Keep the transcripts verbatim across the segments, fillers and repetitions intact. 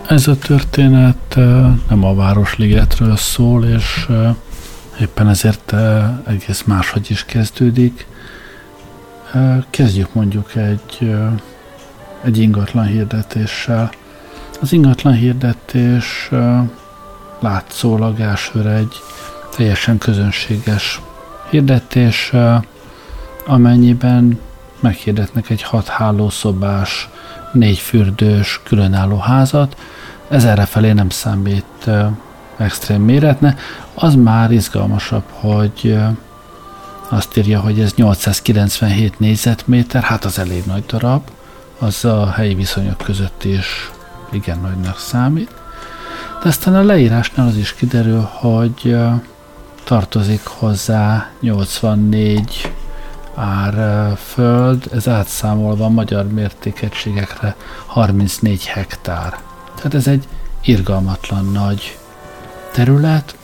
Ez a történet nem a Városligetről szól, és éppen ezért egész máshogy is kezdődik. Kezdjük mondjuk egy, egy ingatlan hirdetéssel. Az ingatlan hirdetés látszólag elsőre egy teljesen közönséges hirdetés, amennyiben meghirdetnek egy hat hálószobás, négy fürdős, különálló házat. Ez errefelé nem számít uh, extrém méretne. Az már izgalmasabb, hogy uh, azt írja, hogy ez nyolcszázkilencvenhét négyzetméter, hát az elég nagy darab, az a helyi viszonyok között is igen nagynak számít. De aztán a leírásnál az is kiderül, hogy uh, tartozik hozzá nyolcvannégy ár föld, ez átszámolva magyar mértékegységekre harmincnégy hektár. Tehát ez egy irgalmatlan nagy terület.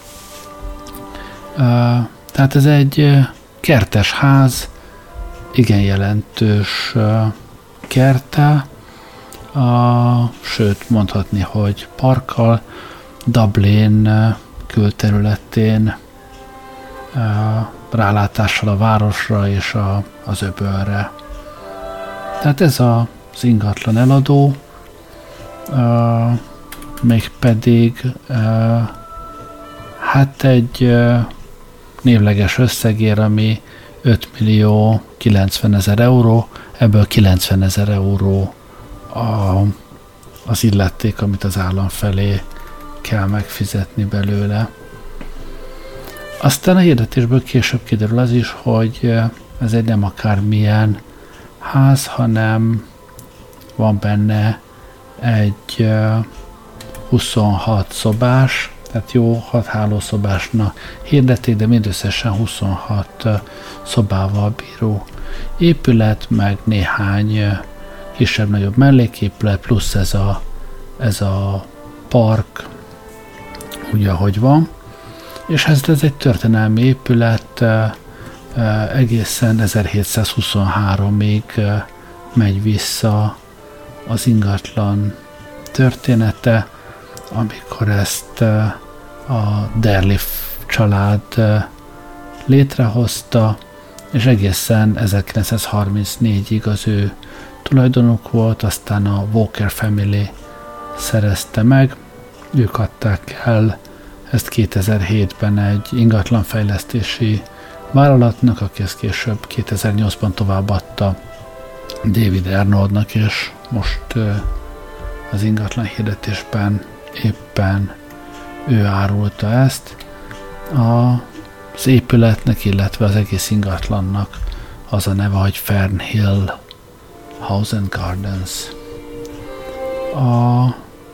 Tehát ez egy kertes ház, igen jelentős kerte, sőt mondhatni, hogy parkkal, Dublin külterületén, rálátással a városra és a, az öbölre. Tehát ez a, az ingatlan eladó, uh, mégpedig uh, hát egy uh, névleges összegér, ami öt millió kilencvenezer euró, ebből kilencvenezer euró a, az illeték, amit az állam felé kell megfizetni belőle. Aztán a hirdetésből később kiderül az is, hogy ez egy nem akármilyen ház, hanem van benne egy huszonhat szobás, tehát jó hat hálószobásnak hirdetik, de mindösszesen huszonhat szobával bíró épület, meg néhány kisebb-nagyobb melléképület, plusz ez a, ez a park, úgy ahogy van. És ez, ez egy történelmi épület, egészen ezerhétszázhuszonháromig megy vissza az ingatlan története, amikor ezt a Derlif család létrehozta, és egészen ezerkilencszázharmincnégyig az ő tulajdonuk volt, aztán a Walker Family szerezte meg, ők adták el ezt kétezer-hétben egy ingatlanfejlesztési vállalatnak, aki ezt később kétezer-nyolcban továbbadta David Arnoldnak, és most az ingatlan hirdetésben éppen ő árulta ezt. Az épületnek, illetve az egész ingatlannak az a neve, hogy Fernhill House and Gardens. A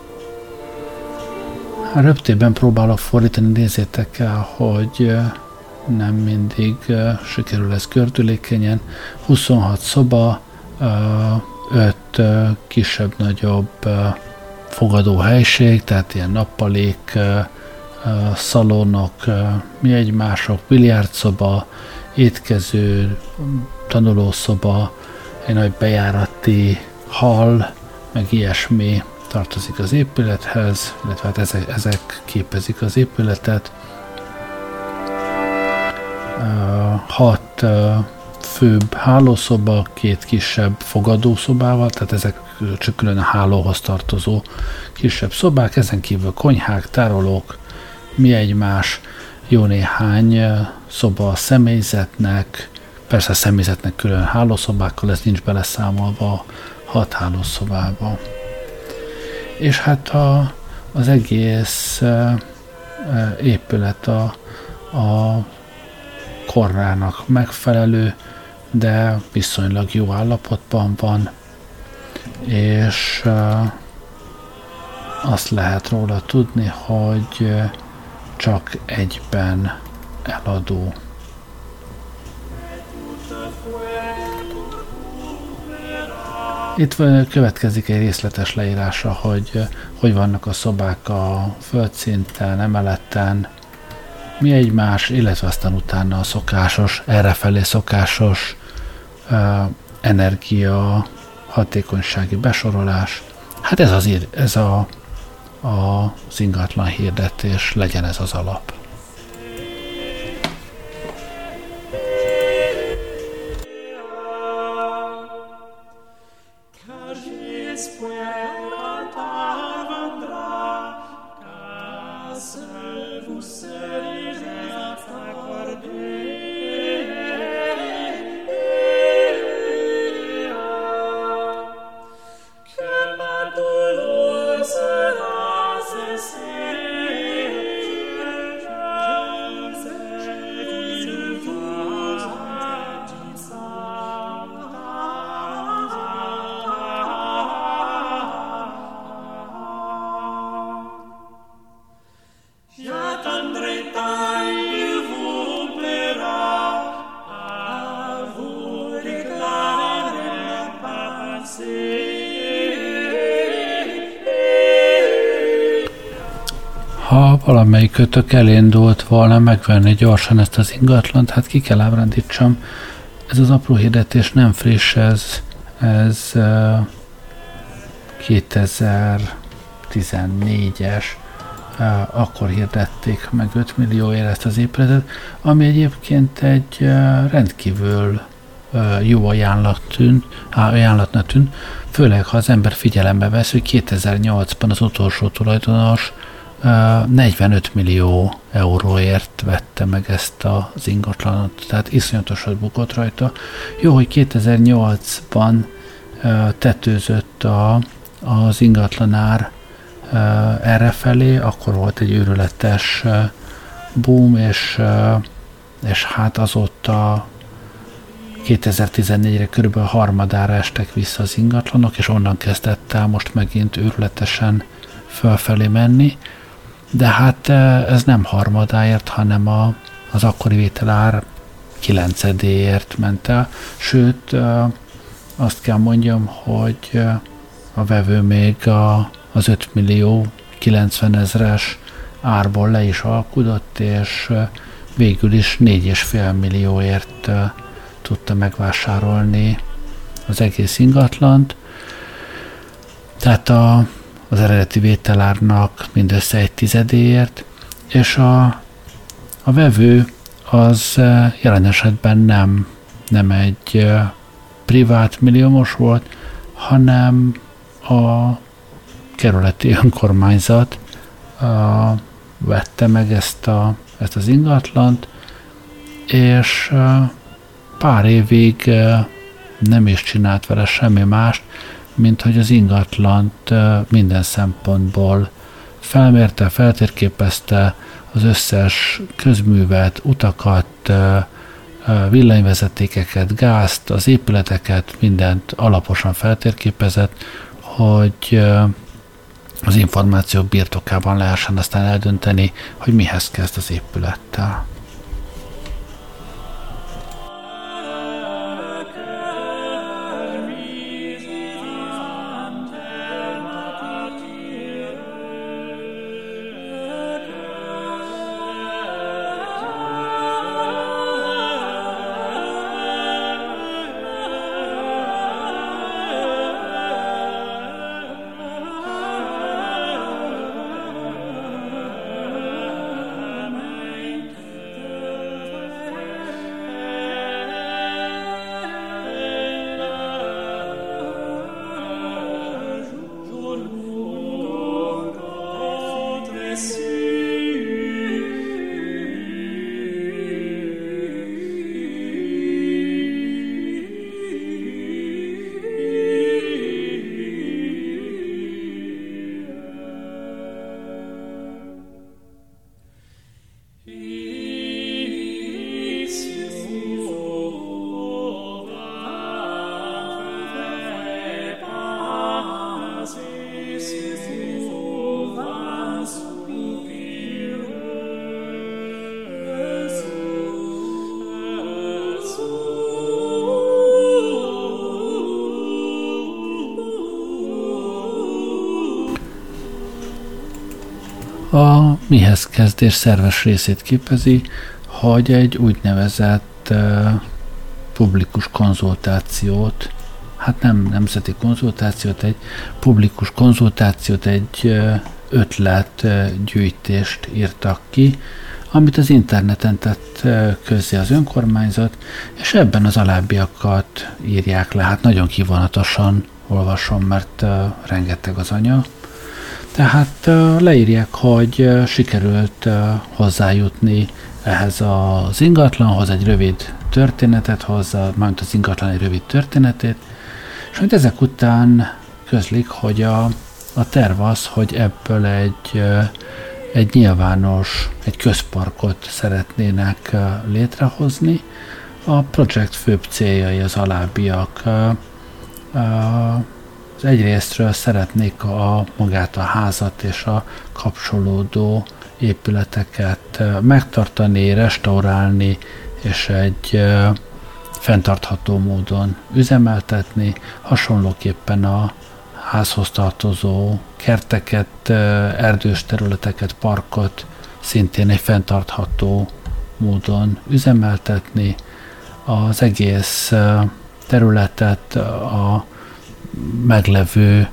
röptében próbálok fordítani, nézzétek el, hogy nem mindig sikerül ez gördülékenyen. huszonhat szoba, öt kisebb-nagyobb fogadóhelység, tehát ilyen nappalék, szalonok, mi egymások, billiárdszoba, étkező, tanulószoba, egy nagy bejárati hall, meg ilyesmi tartozik az épülethez, illetve hát ezek, ezek képezik az épületet. Hat főbb hálószoba, két kisebb fogadószobával, tehát ezek csak külön a hálóhoz tartozó kisebb szobák, ezen kívül konyhák, tárolók, mi egymás, jó néhány szoba a személyzetnek, persze a személyzetnek külön hálószobákkal, ez nincs beleszámolva hat hálószobába. És hát a, az egész e, e, épület a, a korának megfelelő, de viszonylag jó állapotban van, és e, azt lehet róla tudni, hogy csak egyben eladó. Itt következik egy részletes leírása, hogy hogy vannak a szobák a földszinten, emeleten, mi egymás, illetve aztán utána a szokásos, errefelé szokásos uh, energia, hatékonysági besorolás. Hát ez, az, ez a, az ingatlan hirdetés legyen ez az alap. Ha valamelyik kötök elindult volna megvenni gyorsan ezt az ingatlant, hát ki kell ábrándítsam, ez az apró hirdetés nem friss, ez, ez uh, kétezer-tizennégyes, uh, akkor hirdették meg öt millióért ezt az épületet, ami egyébként egy uh, rendkívül uh, jó ajánlat tűn, ajánlatnak tűn, főleg ha az ember figyelembe vesz, hogy kétezer-nyolcban az utolsó tulajdonos negyvenöt millió euróért vette meg ezt az ingatlanot, tehát iszonyatosat bukott rajta. Jó, hogy kétezer-nyolcban tetőzött a, az ingatlanár errefelé, akkor volt egy őrületes boom, és, és hát azóta kétezer-tizennégyre körülbelül harmadára estek vissza az ingatlanok, és onnan kezdett el most megint őrületesen fölfelé menni. De hát ez nem harmadáért, hanem a, az akkori vételár kilencedéért ment el. Sőt, azt kell mondjam, hogy a vevő még a, az öt millió kilencvenezres árból le is alkudott, és végül is négy és fél millióért tudta megvásárolni az egész ingatlant. Tehát a az eredeti vételárnak mindössze egy tizedéért, és a, a vevő az jelen esetben nem, nem egy privát milliómos volt, hanem a kerületi önkormányzat a, vette meg ezt, a, ezt az ingatlant, és a, pár évig nem is csinált vele semmi mást, mint hogy az ingatlant minden szempontból felmérte, feltérképezte, az összes közművet, utakat, villanyvezetékeket, gázt, az épületeket, mindent alaposan feltérképezett, hogy az információk birtokában lehessen aztán eldönteni, hogy mihez kezd az épülettel. A mihez kezdés szerves részét képezi, hogy egy úgynevezett uh, publikus konzultációt, hát nem nemzeti konzultációt, egy publikus konzultációt, egy uh, ötletgyűjtést írtak ki, amit az interneten tett közzé az önkormányzat, és ebben az alábbiakat írják le. Hát nagyon kivonatosan olvasom, mert rengeteg az anya. Tehát leírják, hogy sikerült hozzájutni ehhez az ingatlanhoz, egy rövid történetet hozzá, mármint az ingatlan egy rövid történetét, és hogy ezek után közlik, hogy a, a terv az, hogy ebből egy, egy nyilvános, egy közparkot szeretnének létrehozni. A projekt főbb céljai az alábbiak. Az egyrésztről szeretnék a, magát a házat és a kapcsolódó épületeket megtartani, restaurálni, és egy fenntartható módon üzemeltetni, hasonlóképpen a házhoz tartozó kerteket, erdős területeket, parkot szintén egy fenntartható módon üzemeltetni, az egész területet a meglevő,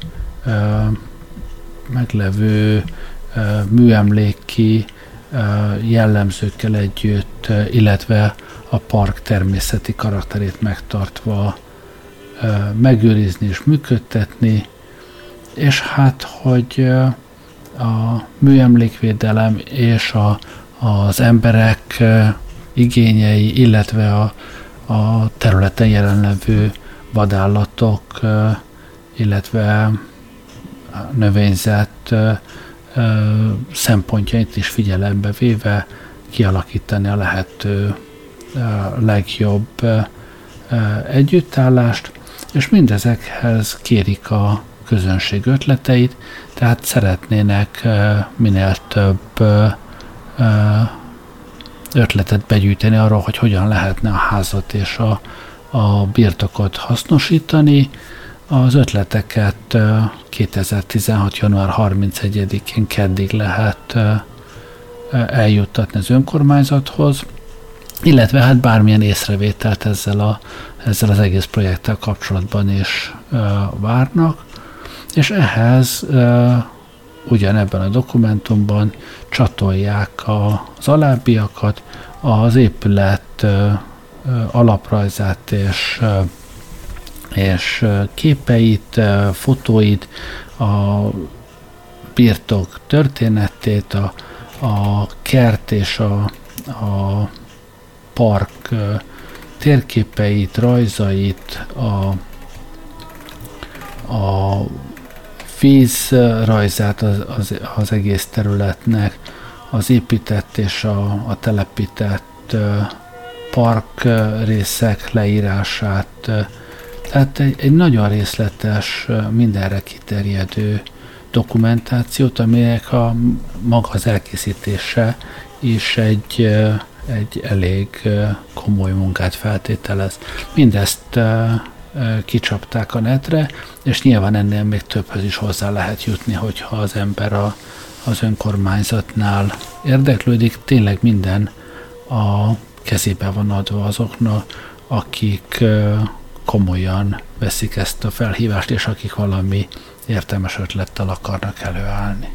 meglevő műemléki jellemzőkkel együtt, illetve a park természeti karakterét megtartva megőrizni és működtetni, és hát, hogy a műemlékvédelem és a, az emberek igényei, illetve a, a területen jelenlevő vadállatok, illetve a növényzet szempontjait is figyelembe véve kialakítani a lehető legjobb együttállást, és mindezekhez kérik a közönség ötleteit, tehát szeretnének minél több ötletet begyűjteni arról, hogy hogyan lehetne a házat és a, a birtokot hasznosítani. Az ötleteket kétezer-tizenhat. január harmincegyedikén keddig lehet eljuttatni az önkormányzathoz, illetve hát bármilyen észrevételt ezzel, a, ezzel az egész projekttel kapcsolatban is várnak, és ehhez ugyanebben a dokumentumban csatolják az alábbiakat, az épület alaprajzát és, és képeit, fotóit, a birtok történetét, a, a kert és a, a park térképeit, rajzait, a, a vízrajzát az, az, az egész területnek, az épített és a, a telepített park részek leírását, tehát egy, egy nagyon részletes, mindenre kiterjedő dokumentációt, aminek a maga az elkészítése is egy, egy elég komoly munkát feltételez. Mindezt kicsapták a netre, és nyilván ennél még többhöz is hozzá lehet jutni, hogyha az ember a, az önkormányzatnál érdeklődik. Tényleg minden a kezébe van adva azoknak, akik komolyan veszik ezt a felhívást, és akik valami értelmes ötlettel akarnak előállni.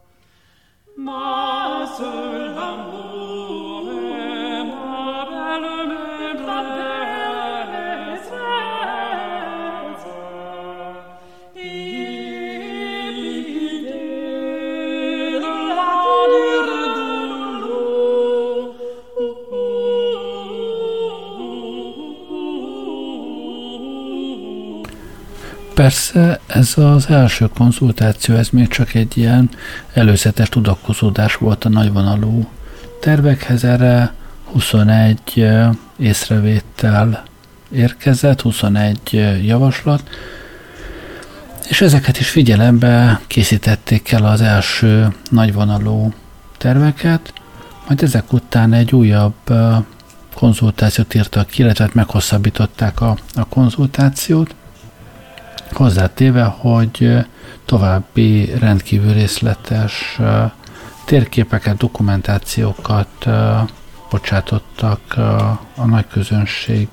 Ma seul amore m'appelle Persze ez az első konzultáció, ez még csak egy ilyen előzetes tudakozódás volt a nagyvonalú tervekhez. Erre huszonegy észrevétel érkezett, huszonegy javaslat, és ezeket is figyelembe készítették el az első nagyvonalú terveket, majd ezek után egy újabb konzultációt írtak ki, illetve meghosszabbították a, a konzultációt, hozzátéve, hogy további rendkívül részletes térképeket, dokumentációkat bocsátottak a nagy közönség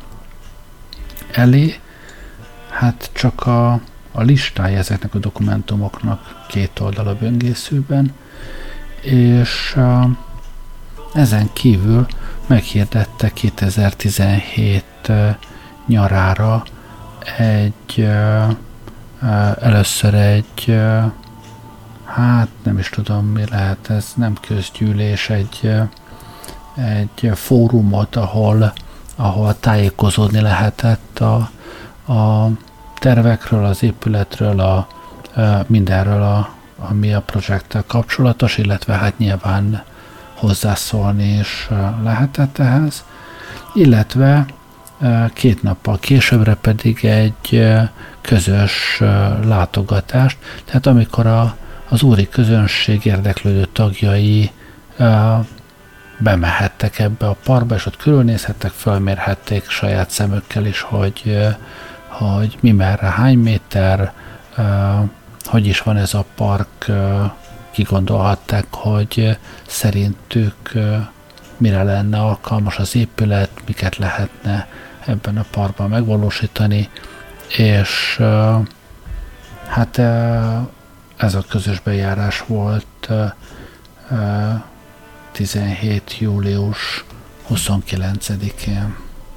elé. Hát csak a, a listája ezeknek a dokumentumoknak két oldal a böngészőben, és ezen kívül meghirdette kétezer-tizenhét nyarára egy először egy hát nem is tudom mi lehet ez, nem közgyűlés, egy, egy fórumot, ahol, ahol tájékozódni lehetett a, a tervekről, az épületről, a, a mindenről, a, ami a projekttel kapcsolatos, illetve hát nyilván hozzászólni is lehetett ehhez, illetve két nappal későbbre pedig egy közös látogatást, tehát amikor a, az úri közönség érdeklődő tagjai bemehettek ebbe a parkba, és ott körülnézhettek, fölmérhették saját szemükkel is, hogy, hogy mi merre, hány méter, hogy is van ez a park, kigondolhatták, hogy szerintük mire lenne alkalmas az épület, miket lehetne ebben a parkban megvalósítani, és hát ez a közös bejárás volt tizenhét július huszonkilencedikén.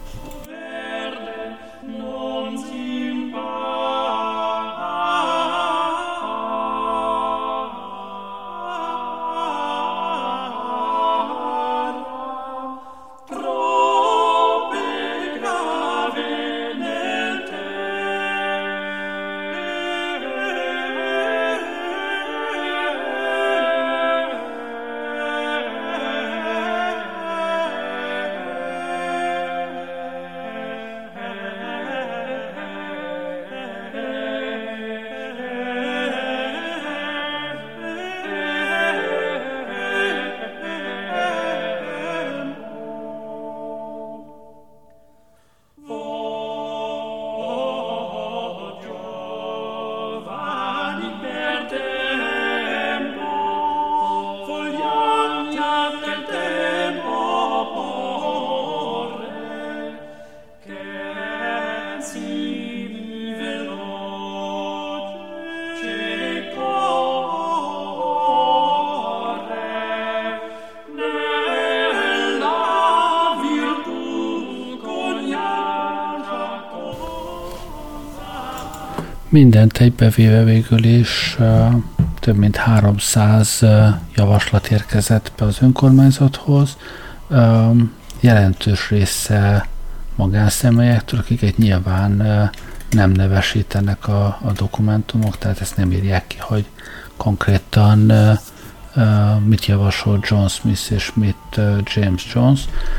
Mindent egybevéve végül is uh, több mint háromszáz uh, javaslat érkezett be az önkormányzathoz. Uh, jelentős része magánszemélyektől, akiket nyilván uh, nem nevesítenek a, a dokumentumok, tehát ezt nem írják ki, hogy konkrétan uh, uh, mit javasol John Smith és mit uh, James Jones,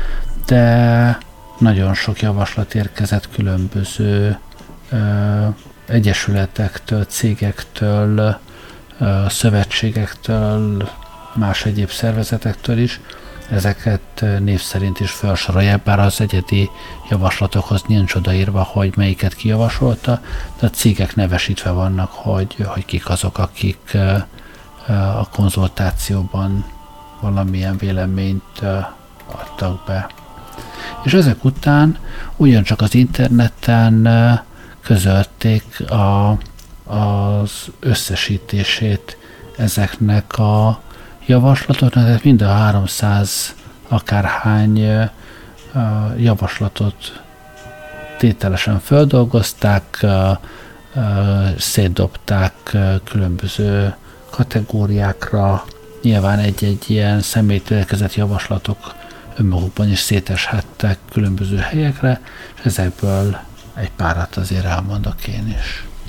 de nagyon sok javaslat érkezett különböző uh, egyesületektől, cégektől, szövetségektől, más egyéb szervezetektől is. Ezeket név szerint is felsorolják, bár az egyedi javaslatokhoz nincs odaírva, hogy melyiket kijavasolta, de a cégek nevesítve vannak, hogy, hogy kik azok, akik a konzultációban valamilyen véleményt adtak be. És ezek után ugyancsak az interneten közölték a, az összesítését ezeknek a javaslatoknak, tehát mind a háromszáz akárhány javaslatot tételesen földolgozták, szétdobták különböző kategóriákra, nyilván egy-egy ilyen személytől érkezett javaslatok önmagukban is széteshettek különböző helyekre, és ezekből egy párat azért elmondok én is.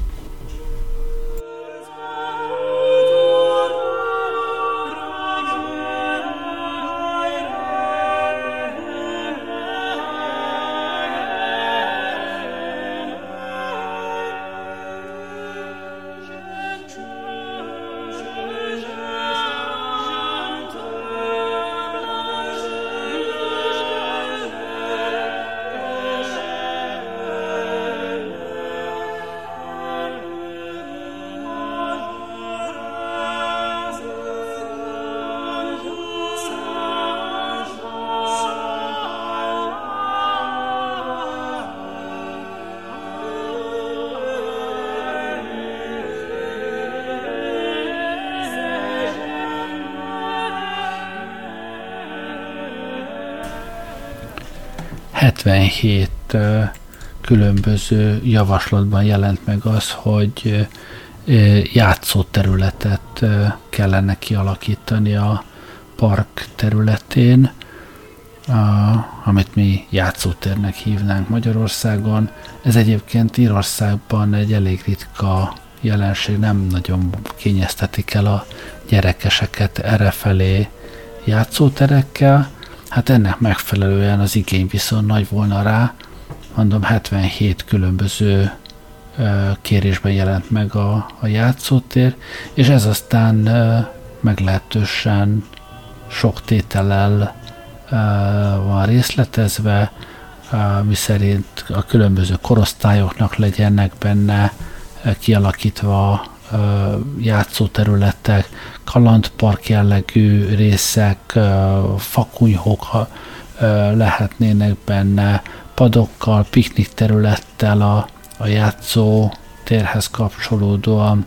hetvenhét különböző javaslatban jelent meg az, hogy játszóterületet kellene kialakítani a park területén, amit mi játszótérnek hívnánk Magyarországon. Ez egyébként Írországban egy elég ritka jelenség, nem nagyon kényeztetik el a gyerekeseket errefelé játszóterekkel. Hát ennek megfelelően az igény viszont nagy volna rá, mondom, hetvenhét különböző kérésben jelent meg a, a játszótér, és ez aztán meglehetősen sok tétellel van részletezve, miszerint a különböző korosztályoknak legyenek benne kialakítva játszóterületek, kalandpark jellegű részek, fakunyhók lehetnének benne, padokkal, piknik területtel a, a játszó térhez kapcsolódóan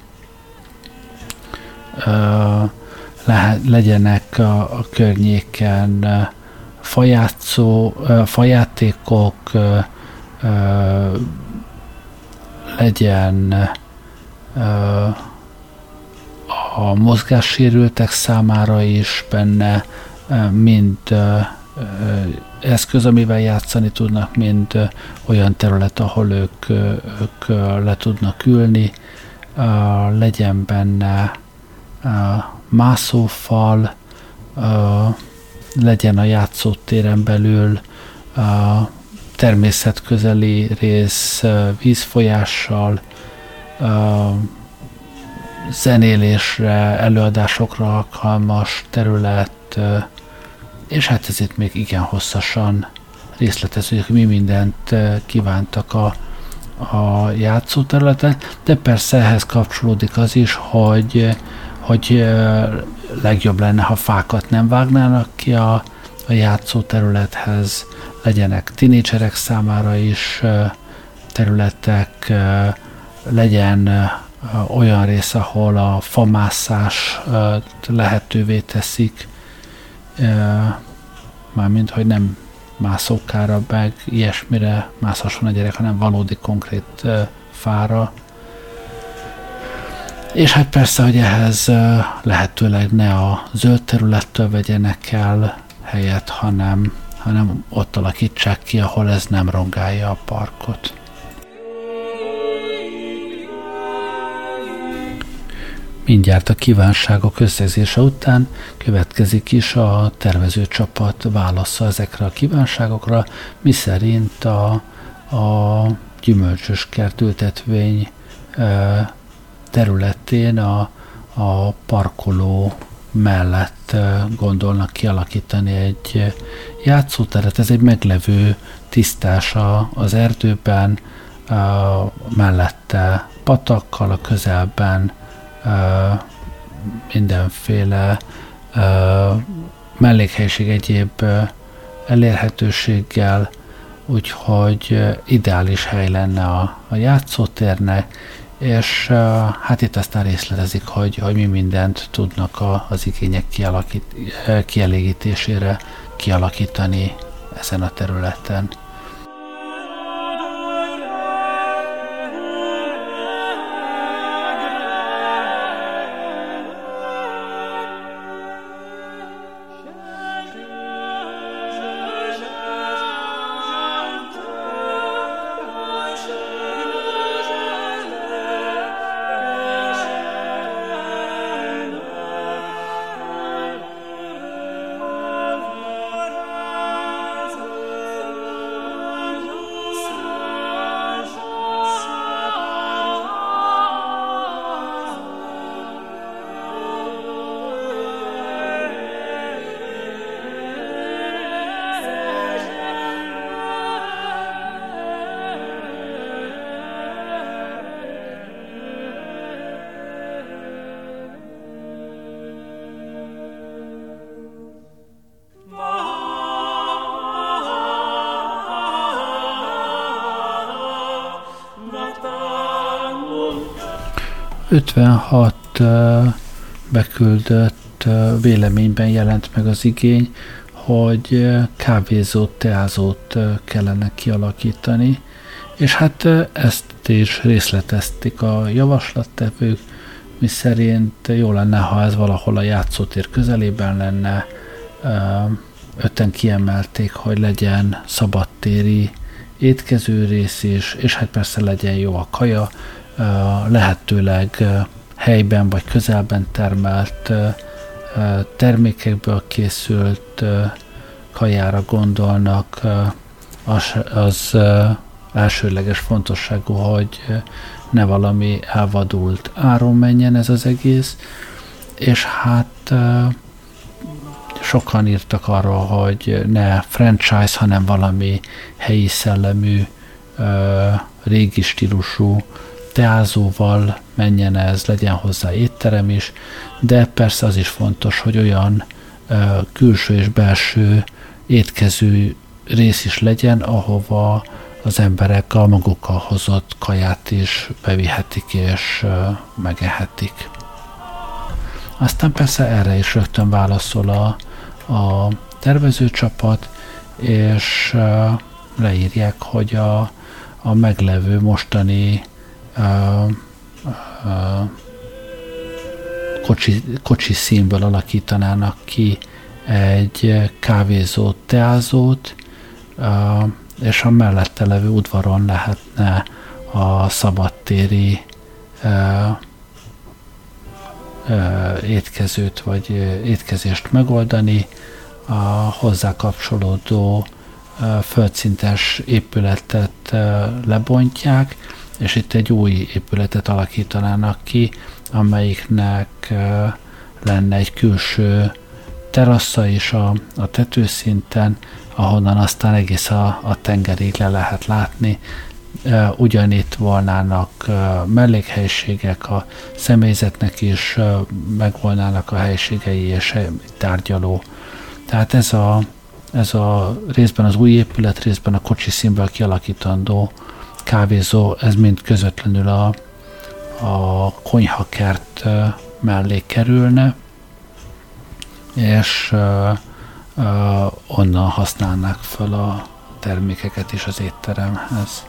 le, legyenek a, a környéken fajátszó, fajátékok, legyen a mozgássérültek számára is benne mind eszköz, amivel játszani tudnak, mind olyan terület, ahol ők, ők le tudnak ülni, legyen benne mászófal, legyen a játszótéren belül természetközeli rész vízfolyással, zenélésre, előadásokra alkalmas terület, és hát ezért még igen hosszasan részleteződik, mi mindent kívántak a, a játszóterületen, de persze ehhez kapcsolódik az is, hogy, hogy legjobb lenne, ha fákat nem vágnának ki a, a játszóterülethez, legyenek tinédzserek számára is területek, legyen olyan rész, ahol a famászás lehetővé teszik, mármint, hogy nem mászókára, meg ilyesmire mászhasson a gyerek, hanem valódi konkrét fára. És hát persze, hogy ehhez lehetőleg ne a zöld területtől vegyenek el helyet, hanem, hanem ott alakítsák ki, ahol ez nem rongálja a parkot. Mindjárt a kívánságok összegzése után következik is a tervezőcsapat válasza ezekre a kívánságokra, miszerint a, a gyümölcsös kertültetvény területén a, a parkoló mellett gondolnak kialakítani egy játszóteret. Ez egy meglevő tisztása az erdőben, mellette patakkal, a közelben mindenféle mellékhelyiség, egyéb elérhetőséggel, úgyhogy ideális hely lenne a, a játszótérnek, és hát itt aztán részletezik, hogy, hogy mi mindent tudnak a, az igények kialakít, kielégítésére kialakítani ezen a területen. ötvenhat beküldött véleményben jelent meg az igény, hogy kávézót, teázót kellene kialakítani, és hát ezt is részletezték a javaslattevők, miszerint jó lenne, ha ez valahol a játszótér közelében lenne. Öten kiemelték, hogy legyen szabadtéri étkezőrész is, és hát persze legyen jó a kaja, lehetőleg helyben vagy közelben termelt termékekből készült kajára gondolnak. Az, az elsődleges fontosságú, hogy ne valami elvadult áron menjen ez az egész, és hát sokan írtak arról, hogy ne franchise, hanem valami helyi szellemű, régi stílusú teázóval menjen ez, legyen hozzá étterem is, de persze az is fontos, hogy olyan külső és belső étkező rész is legyen, ahova az emberek a magukkal hozott kaját is bevihetik és megehetik. Aztán persze erre is rögtön válaszol a, a tervezőcsapat, és leírják, hogy a, a meglevő mostani uh, uh, kocsi, kocsi színből alakítanának ki egy kávézót, teázót, uh, és a mellette levő udvaron lehetne a szabadtéri uh, uh, étkezőt vagy uh, étkezést megoldani. A hozzá kapcsolódó uh, földszintes épületet uh, lebontják, és itt egy új épületet alakítanának ki, amelyiknek uh, lenne egy külső terasza is a, a tetőszinten, ahonnan aztán egész a, a tengerig le lehet látni. Uh, ugyanitt volnának uh, mellékhelyiségek, a személyzetnek is uh, megvolnának a helységei és tárgyaló. Tehát ez a, ez a részben az új épület, részben a kocsi színből kialakítandó kávézó, ez mind közvetlenül a, a konyhakert mellé kerülne, és uh, uh, onnan használnák fel a termékeket is az étteremhez.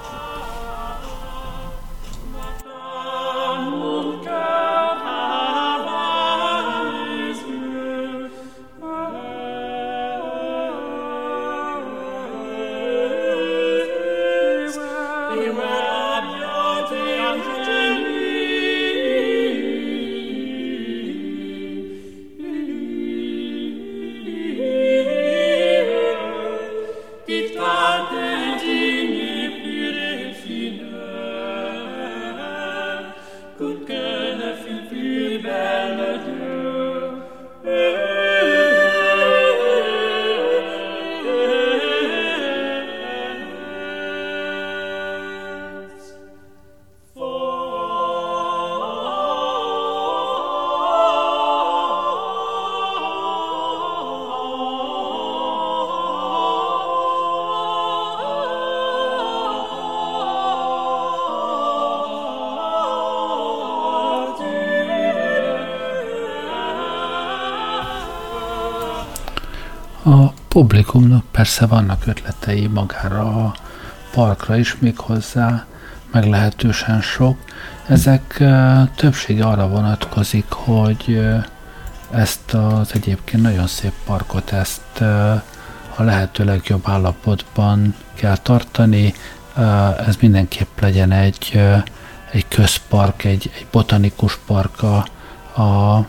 A publikumnak persze vannak ötletei magára a parkra is, még hozzá meglehetősen sok. Ezek többsége arra vonatkozik, hogy ezt az egyébként nagyon szép parkot, ezt a lehető legjobb állapotban kell tartani. Ez mindenképp legyen egy, egy közpark, egy, egy botanikus park a, a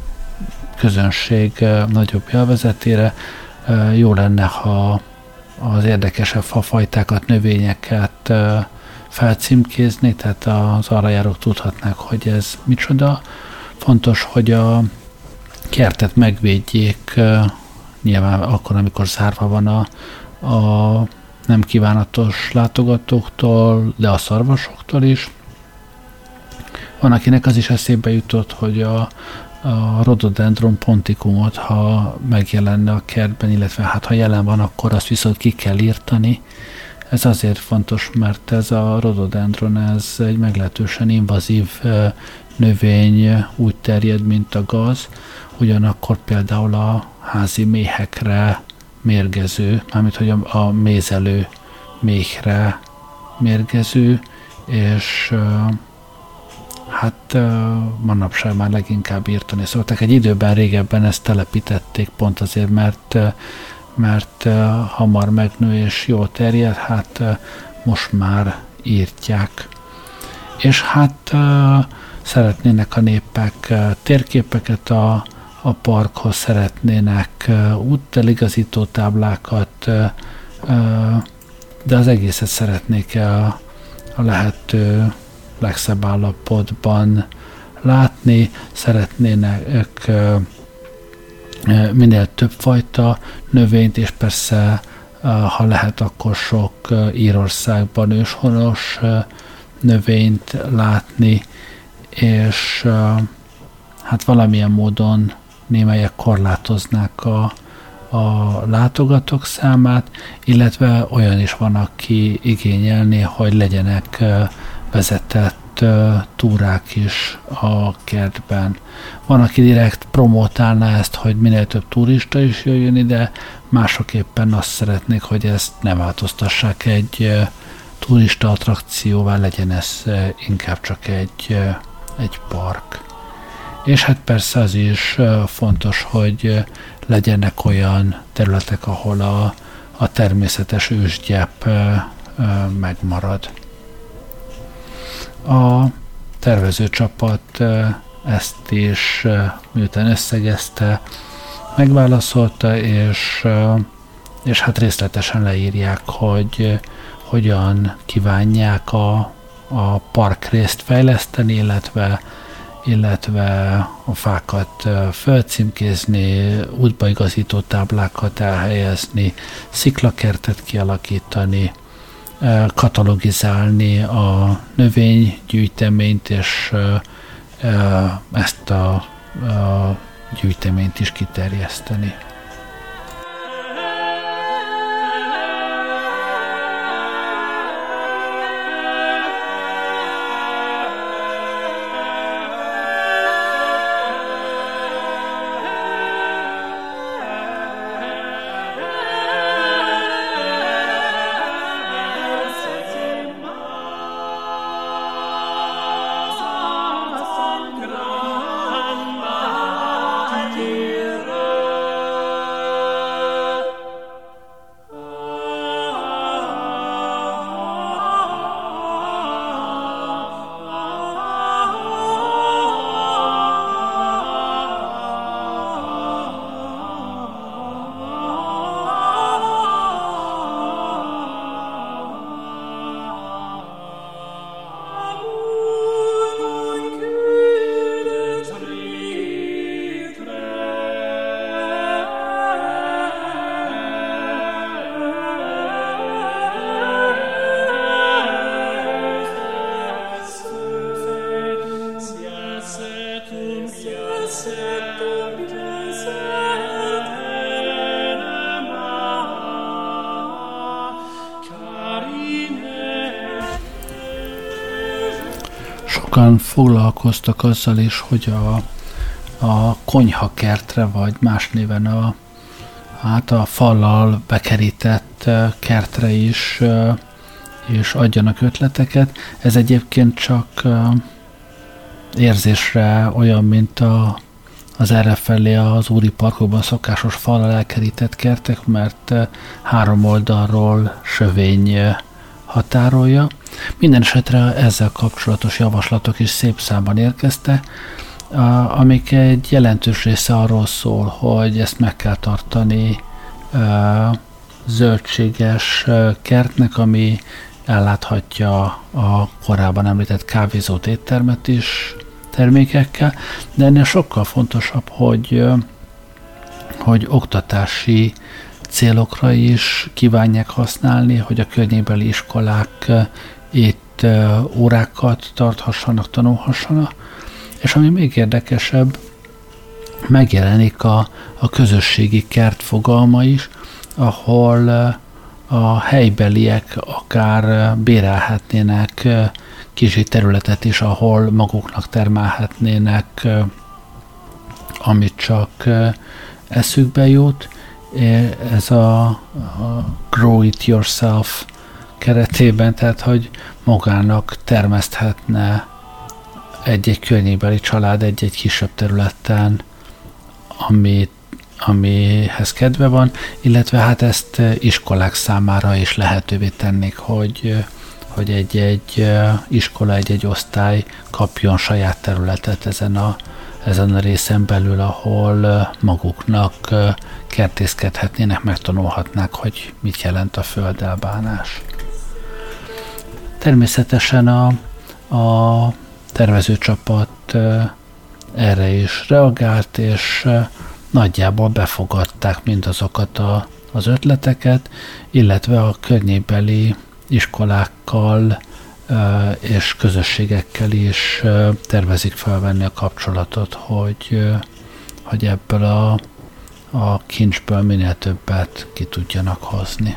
közönség nagyobb élvezetére. Jó lenne, ha az érdekesebb fafajtákat, növényeket felcímkézni, tehát az arrajárók tudhatnák, hogy ez micsoda. Fontos, hogy a kertet megvédjék, nyilván akkor, amikor zárva van a, a nem kívánatos látogatóktól, de a szarvasoktól is. Van, akinek az is eszébe jutott, hogy a a Rhododendron ponticumot, ha megjelenne a kertben, illetve hát ha jelen van, akkor azt viszont ki kell írtani. Ez azért fontos, mert ez a Rhododendron, ez egy meglehetősen invazív növény, úgy terjed, mint a gaz. Ugyanakkor például a házi méhekre mérgező, mármint hogy a, a mézelő méhre mérgező, és hát manapság már leginkább írtani szokták. Egy időben régebben ezt telepítették pont azért, mert, mert hamar megnő és jól terjed, hát most már írtják. És hát szeretnének a népek térképeket a, a parkhoz, szeretnének úteligazító táblákat, de az egészet szeretnék a, a lehető legszebb állapotban látni, szeretnének minél több fajta növényt, és persze, ha lehet, akkor sok Írországban őshonos növényt látni, és hát valamilyen módon némelyek korlátoznák a, a látogatók számát, illetve olyan is van, aki igényelné, hogy legyenek vezetett túrák is a kertben. Van, aki direkt promotálná ezt, hogy minél több turista is jöjjön ide, mások éppen azt szeretnék, hogy ezt ne változtassák egy turista attrakcióvá, legyen ez inkább csak egy, egy park. És hát persze az is fontos, hogy legyenek olyan területek, ahol a, a természetes ősgyep megmarad. A tervezőcsapat ezt is miután összegezte, megválaszolta, és, és hát részletesen leírják, hogy hogyan kívánják a, a parkrészt fejleszteni, illetve, illetve a fákat fölcímkézni, útbaigazító táblákat elhelyezni, sziklakertet kialakítani, katalogizálni a növénygyűjteményt, és ezt a, a gyűjteményt is kiterjeszteni. Sokan foglalkoztak azzal is, hogy a, a konyhakertre, vagy más néven a, hát a fallal bekerített kertre is és adjanak ötleteket. Ez egyébként csak érzésre olyan, mint a, az errefelé az úri parkokban szokásos fallal elkerített kertek, mert három oldalról sövény határolja. Minden esetre ezzel kapcsolatos javaslatok is szép számban érkeztek, amik egy jelentős része arról szól, hogy ezt meg kell tartani zöldséges kertnek, ami elláthatja a korábban említett kávézót, éttermet is termékekkel, de ennél sokkal fontosabb, hogy, hogy oktatási célokra is kívánják használni, hogy a környékbeli iskolák itt órákat tarthassanak, tanulhassanak, és ami még érdekesebb, megjelenik a, a közösségi kert fogalma is, ahol a helybeliek akár bérelhetnének kicsi területet is, ahol maguknak termelhetnének, amit csak eszükbe jut. Ez a, a grow it yourself keretében, tehát hogy magának termeszthetne egy-egy környékbeli család egy-egy kisebb területen, amit, amihez kedve van, illetve hát ezt iskolák számára is lehetővé tennék, hogy, hogy egy-egy iskola, egy-egy osztály kapjon saját területet ezen a, ezen a részen belül, ahol maguknak kertészkedhetnének, megtanulhatnák, hogy mit jelent a földelbánás. Természetesen a, a tervezőcsapat erre is reagált, és nagyjából befogadták mindazokat a, az ötleteket, illetve a környékbeli iskolákkal és közösségekkel is tervezik felvenni a kapcsolatot, hogy, hogy ebből a, a kincsből minél többet ki tudjanak hozni.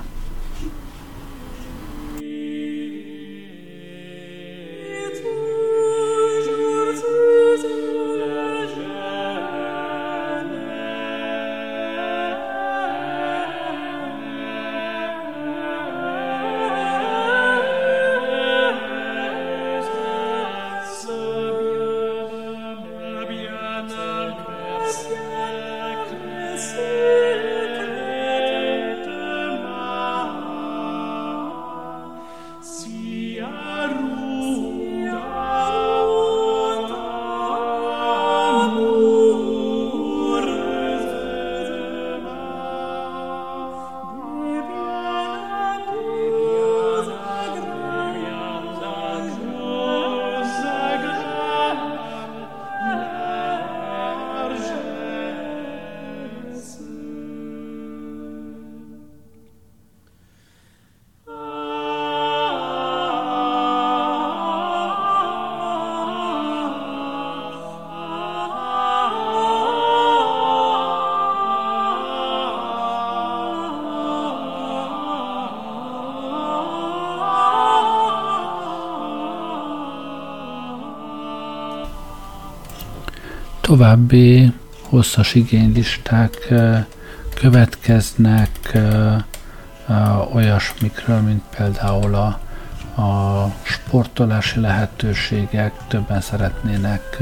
További hosszas igénylisták következnek olyasmikről, mint például a, a sportolási lehetőségek. Többen szeretnének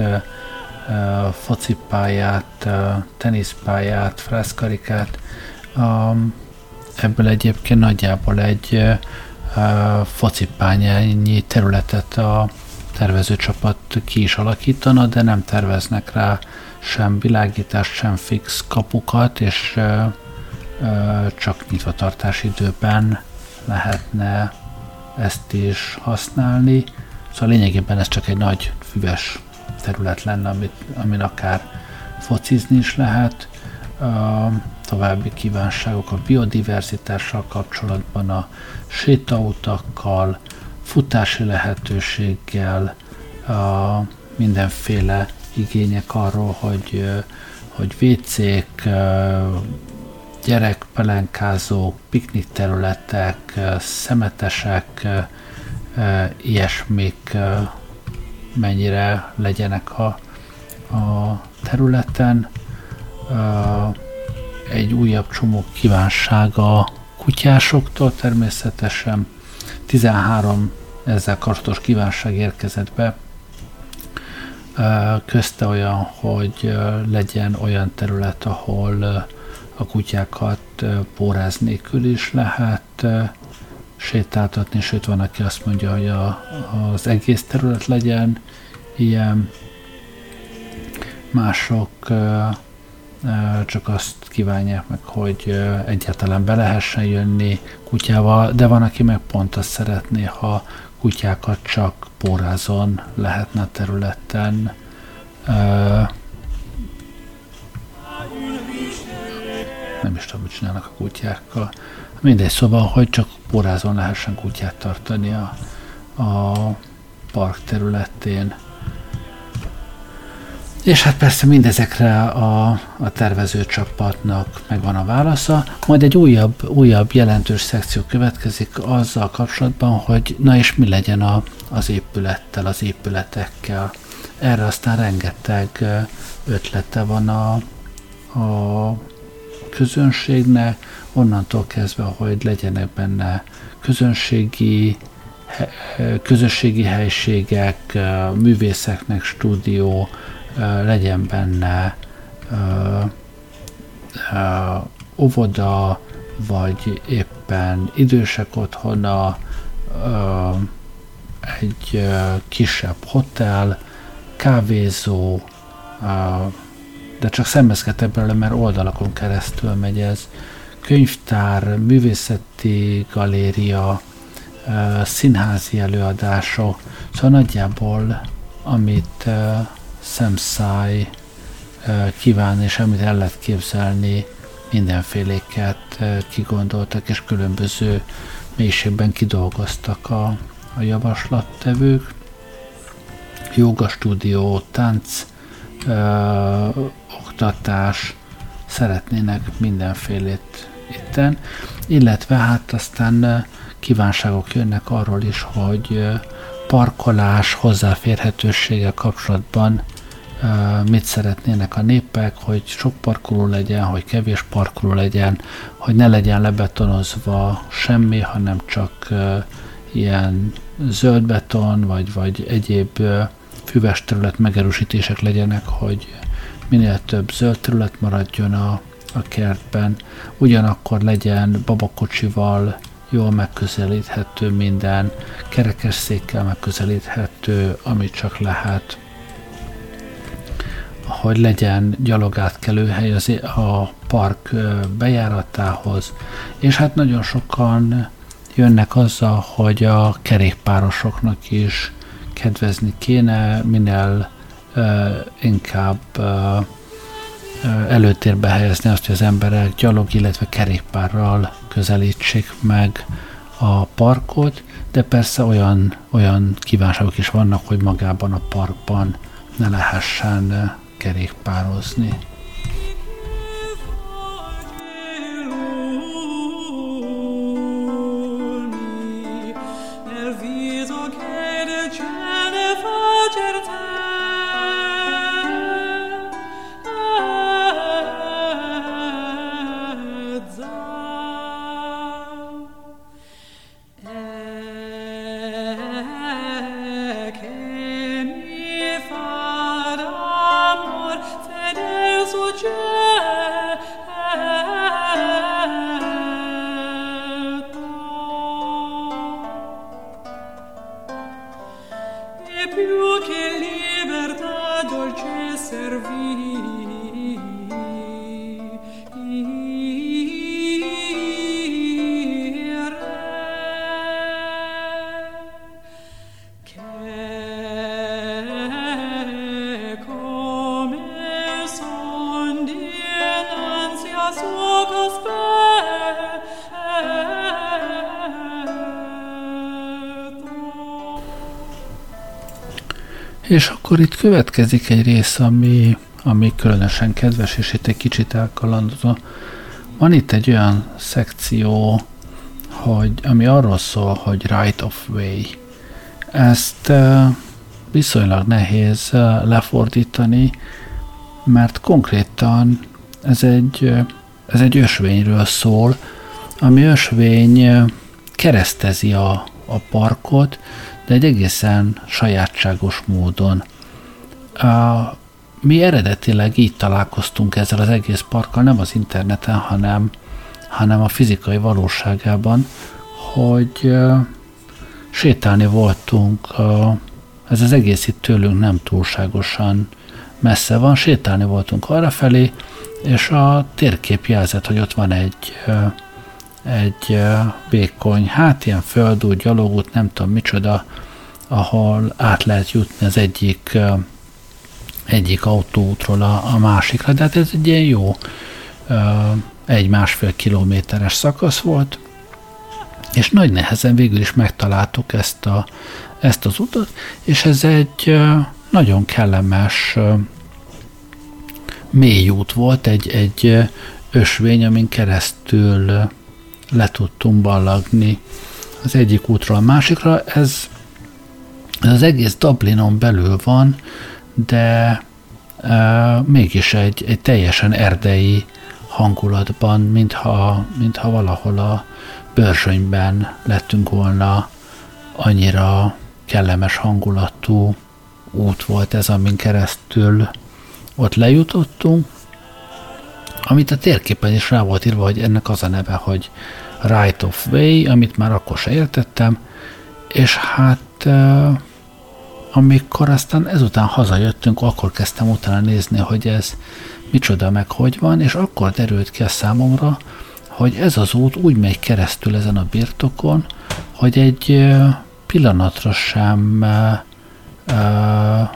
focipályát, teniszpályát, freszkarikát. Ebből egyébként nagyjából egy focipályányi területet a tervezőcsapat ki is alakítana, de nem terveznek rá sem világítást, sem fix kapukat, és ö, ö, csak nyitvatartási időben lehetne ezt is használni. Szóval lényegében ez csak egy nagy füves terület lenne, amit, amin akár focizni is lehet. Ö, további kívánságok a biodiverzitással kapcsolatban, a sétautakkal, futási lehetőséggel, a mindenféle igények arról, hogy, hogy vécék, gyerekpelenkázók, piknikterületek, szemetesek, ilyesmik mennyire legyenek a, a területen. Egy újabb csomó kívánság a kutyásoktól természetesen. tizenhárom ezzel kapcsolatos kívánság érkezett be. Közte olyan, hogy legyen olyan terület, ahol a kutyákat póráz nélkül is lehet sétáltatni, sőt van, aki azt mondja, hogy a, az egész terület legyen ilyen. Mások csak azt kívánják meg, hogy egyáltalán be lehessen jönni kutyával, de van, aki meg pont azt szeretné, ha kutyákat csak pórázon lehetne a területen nem is tudom, mit csinálnak a kutyákkal. Mindegy, szóval, hogy csak pórázon lehessen kutyát tartani a, a park területén. És hát persze mindezekre a, a tervezőcsapatnak megvan a válasza. Majd egy újabb, újabb jelentős szekció következik azzal kapcsolatban, hogy na és mi legyen a, az épülettel, az épületekkel. Erre aztán rengeteg ötlete van a, a közönségnek, onnantól kezdve, hogy legyenek benne közönségi, közösségi helységek, művészeknek stúdió, legyen benne óvoda, vagy éppen idősek otthona, egy kisebb hotel, kávézó, de csak szembeszkedtek belőle, mert oldalakon keresztül megy ez. Könyvtár, művészeti galéria, színházi előadások, szóval nagyjából amit szemszáj kíván, és amit el lehet képzelni, mindenféléket kigondoltak, és különböző mélységben kidolgoztak a, a javaslattevők. Jóga stúdió, tánc, ö, oktatás, szeretnének mindenfélét itten, illetve hát aztán kívánságok jönnek arról is, hogy parkolás, hozzáférhetőséggel kapcsolatban mit szeretnének a népek, hogy sok parkoló legyen, hogy kevés parkoló legyen, hogy ne legyen lebetonozva semmi, hanem csak ilyen zöldbeton, vagy, vagy egyéb füves terület megerősítések legyenek, hogy minél több zöld terület maradjon a, a kertben, ugyanakkor legyen babakocsival jól megközelíthető minden, kerekesszékkel megközelíthető, amit csak lehet, hogy legyen gyalogátkelőhely az a park bejáratához, és hát nagyon sokan jönnek azzal, hogy a kerékpárosoknak is kedvezni kéne, minél uh, inkább uh, előtérbe helyezni azt, hogy az emberek gyalog, illetve kerékpárral közelítsék meg a parkot, de persze olyan, olyan kívánságok is vannak, hogy magában a parkban ne lehessen kerékpározni. És akkor itt következik egy rész, ami, ami különösen kedves, és itt egy kicsit elkalandozó. Van itt egy olyan szekció, hogy, ami arról szól, hogy right of way. Ezt uh, viszonylag nehéz uh, lefordítani, mert konkrétan ez egy, uh, ez egy ösvényről szól, ami ösvény uh, keresztezi a, a parkot, de egy egészen sajátságos módon. Uh, mi eredetileg így találkoztunk ezzel az egész parkkal, nem az interneten, hanem, hanem a fizikai valóságában, hogy uh, sétálni voltunk, uh, ez az egész itt tőlünk nem túlságosan messze van, sétálni voltunk arrafelé, és a térkép jelzett, hogy ott van egy uh, egy uh, vékony, hát ilyen földút, gyalogút, nem tudom micsoda, ahol át lehet jutni az egyik, uh, egyik autóútról a, a másikra, de hát ez egy ilyen jó uh, egy-másfél kilométeres szakasz volt, és nagy nehezen végül is megtaláltuk ezt, a, ezt az utat, és ez egy uh, nagyon kellemes uh, mély út volt, egy, egy uh, ösvény, amin keresztül uh, le tudtunk ballagni az egyik útról a másikra. Ez, ez az egész Dublinon belül van, de e, mégis egy, egy teljesen erdei hangulatban, mintha, mintha valahol a Börzsönyben lettünk volna, annyira kellemes hangulatú út volt ez, amin keresztül ott lejutottunk, amit a térképen is rá volt írva, hogy ennek az a neve, hogy Right of Way, amit már akkor se értettem, és hát amikor aztán ezután hazajöttünk, akkor kezdtem utána nézni, hogy ez micsoda meg hogy van, és akkor derült ki a számomra, hogy ez az út úgy megy keresztül ezen a birtokon, hogy egy pillanatra sem uh,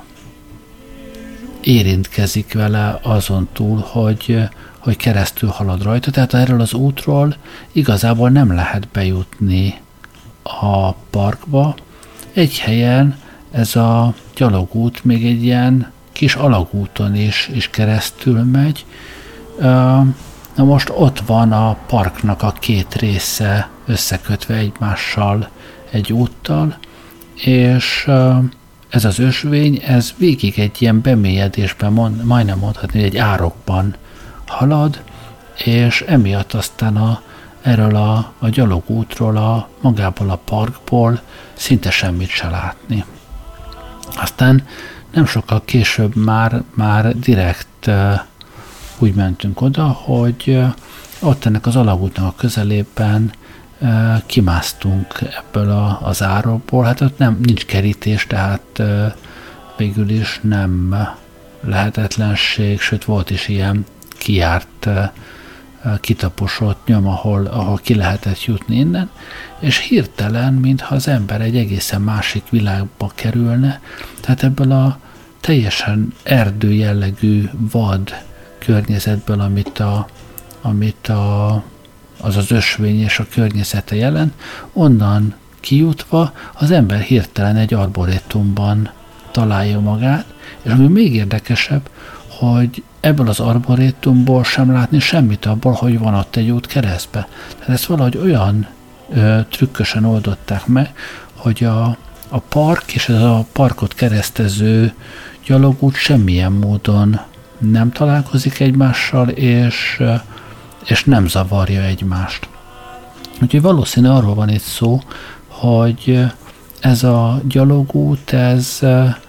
érintkezik vele azon túl, hogy, hogy keresztül halad rajta. Tehát erről az útról igazából nem lehet bejutni a parkba. Egy helyen ez a gyalogút még egy ilyen kis alagúton is, is keresztül megy. Na most ott van a parknak a két része összekötve egymással egy úttal, és ez az ösvény, ez végig egy ilyen bemélyedésben, mond, majdnem mondhatni, egy árokban halad, és emiatt aztán a, erről a, a gyalogútról, a, magából a parkból szinte semmit se látni. Aztán nem sokkal később már, már direkt uh, úgy mentünk oda, hogy uh, ott ennek az alagútnak a közelében uh, kimásztunk ebből a, az árokból. Hát ott nem, nincs kerítés, tehát uh, végül is nem lehetetlenség, sőt volt is ilyen kijárt, uh, kitaposott nyom, ahol, ahol ki lehetett jutni innen, és hirtelen, mintha az ember egy egészen másik világba kerülne, tehát ebből a teljesen erdő jellegű vad környezetből, amit, a, amit a, az az ösvény és a környezete jelent, onnan kijutva az ember hirtelen egy arborétumban találja magát, és ami még érdekesebb, hogy ebből az arborétumból sem látni semmit abból, hogy van ott egy út keresztbe. Tehát ezt valahogy olyan ö, trükkösen oldották meg, hogy a, a park és ez a parkot keresztező gyalogút semmilyen módon nem találkozik egymással, és, és nem zavarja egymást. Úgyhogy valószínű arról van itt szó, hogy ez a gyalogút, ez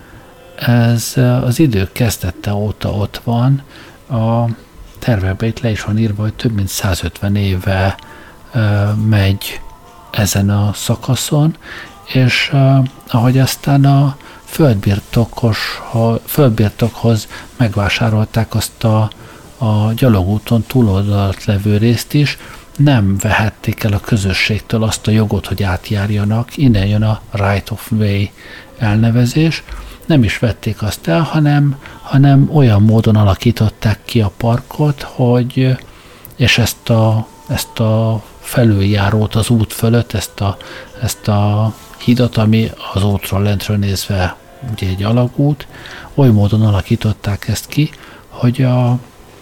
Ez az idők kezdete óta ott van, a tervekben itt le is van írva, hogy több mint százötven éve uh, megy ezen a szakaszon, és uh, ahogy aztán a földbirtokos, ha földbirtokhoz megvásárolták azt a, a gyalogúton túloldalt levő részt is, nem vehették el a közösségtől azt a jogot, hogy átjárjanak, innen jön a Right of Way elnevezés. Nem is vették azt el, hanem, hanem olyan módon alakították ki a parkot, hogy, és ezt a, ezt a felüljárót az út fölött, ezt a, ezt a hidat, ami az útról lentről nézve ugye egy alagút, oly módon alakították ezt ki, hogy a,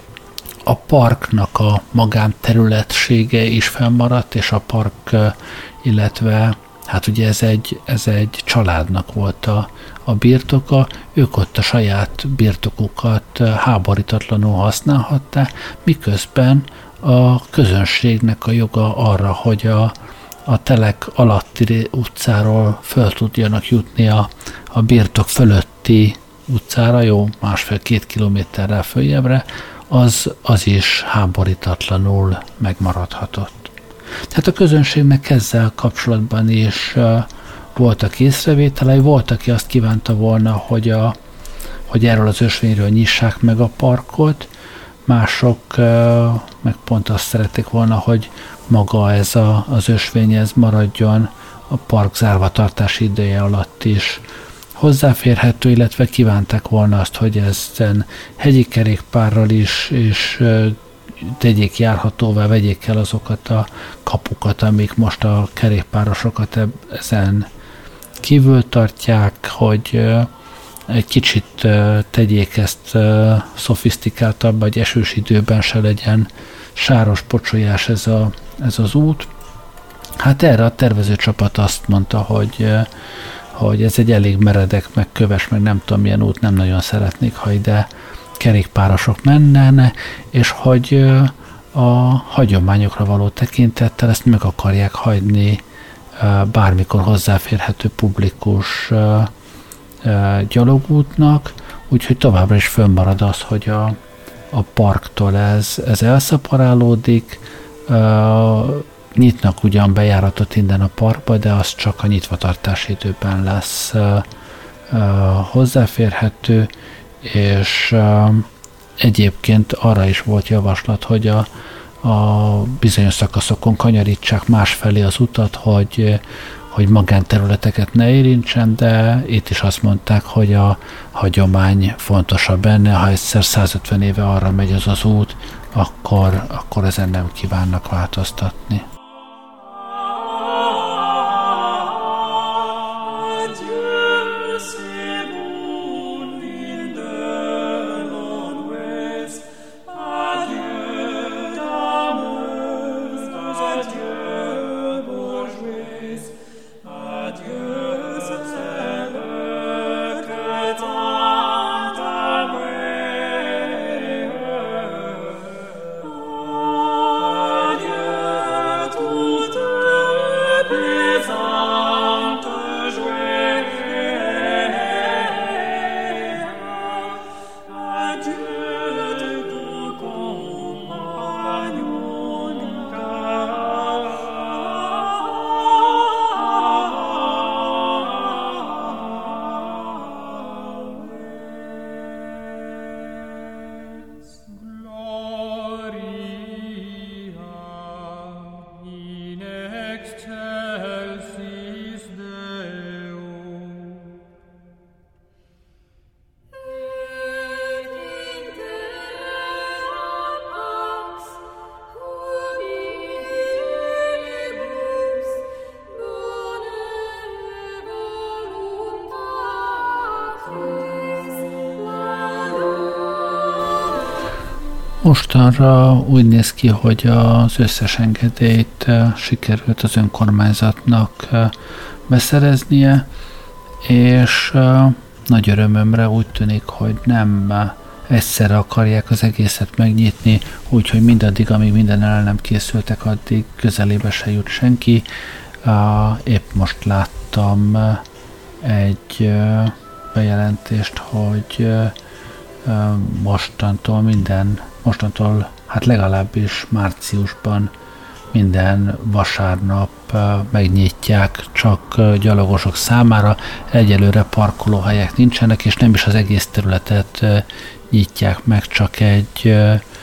a parknak a magánterületsége is fennmaradt, és a park, illetve hát ugye ez egy, ez egy családnak volt a, a birtoka, ők ott a saját birtokukat háborítatlanul használhatták, miközben a közönségnek a joga arra, hogy a, a telek alatti utcáról föl tudjanak jutni a, a birtok fölötti utcára, jó, másfél-két kilométerrel följebbre, az, az is háborítatlanul megmaradhatott. Tehát a közönségnek ezzel kapcsolatban is uh, voltak észrevételei, volt, aki azt kívánta volna, hogy, a, hogy erről az ösvényről nyissák meg a parkot, mások uh, meg pont azt szerették volna, hogy maga ez a, az ösvény ez maradjon a park zárvatartási ideje alatt is hozzáférhető, illetve kívánták volna azt, hogy ezen hegyi kerékpárral is, és uh, tegyék járhatóvá, vegyék el azokat a kapukat, amik most a kerékpárosokat ezen kívül tartják, hogy egy kicsit tegyék ezt szofisztikáltabb, vagy esős időben se legyen sáros, pocsolyás ez, a, ez az út. Hát erre a tervezőcsapat azt mondta, hogy, hogy ez egy elég meredek, meg köves, meg nem tudom milyen út, nem nagyon szeretnék, ha ide kerékpárosok menne, és hogy a hagyományokra való tekintettel ezt meg akarják hagyni bármikor hozzáférhető publikus gyalogútnak, úgyhogy továbbra is fönnmarad az, hogy a, a parktól ez, ez elszaporálódik, nyitnak ugyan bejáratot innen a parkba, de az csak a nyitvatartási időben lesz hozzáférhető, és egyébként arra is volt javaslat, hogy a, a bizonyos szakaszokon kanyarítsák másfelé az utat, hogy, hogy magánterületeket ne érintsen, de itt is azt mondták, hogy a hagyomány fontosabb benne, ha egyszer százötven éve arra megy az az út, akkor, akkor ezen nem kívánnak változtatni. Mostanra úgy néz ki, hogy az összes engedélyt sikerült az önkormányzatnak beszereznie, és nagy örömömre úgy tűnik, hogy nem egyszerre akarják az egészet megnyitni, úgyhogy mindaddig, amíg minden el nem készültek, addig közelébe se jut senki. Épp most láttam egy bejelentést, hogy mostantól minden, mostantól hát legalábbis márciusban minden vasárnap megnyitják csak gyalogosok számára. Egyelőre parkolóhelyek nincsenek, és nem is az egész területet nyitják meg, csak egy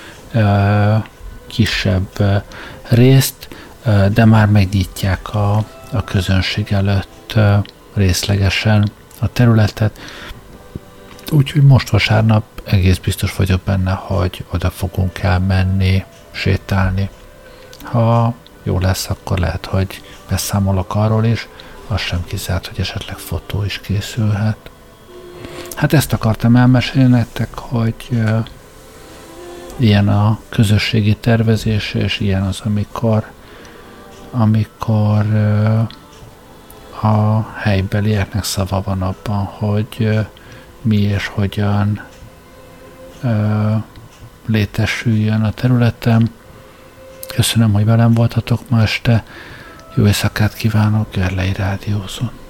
kisebb részt, de már megnyitják a, a közönség előtt részlegesen a területet. Úgyhogy most vasárnap egész biztos vagyok benne, hogy oda fogunk elmenni, sétálni. Ha jó lesz, akkor lehet, hogy beszámolok arról is, az sem kizárt, hogy esetleg fotó is készülhet. Hát ezt akartam elmesélni nektek, hogy uh, ilyen a közösségi tervezés, és ilyen az, amikor, amikor uh, a helybelieknek szava van abban, hogy uh, mi és hogyan uh, létesüljön a területen. Köszönöm, hogy velem voltatok ma este. Jó éjszakát kívánok, Gerlei Rádiózón.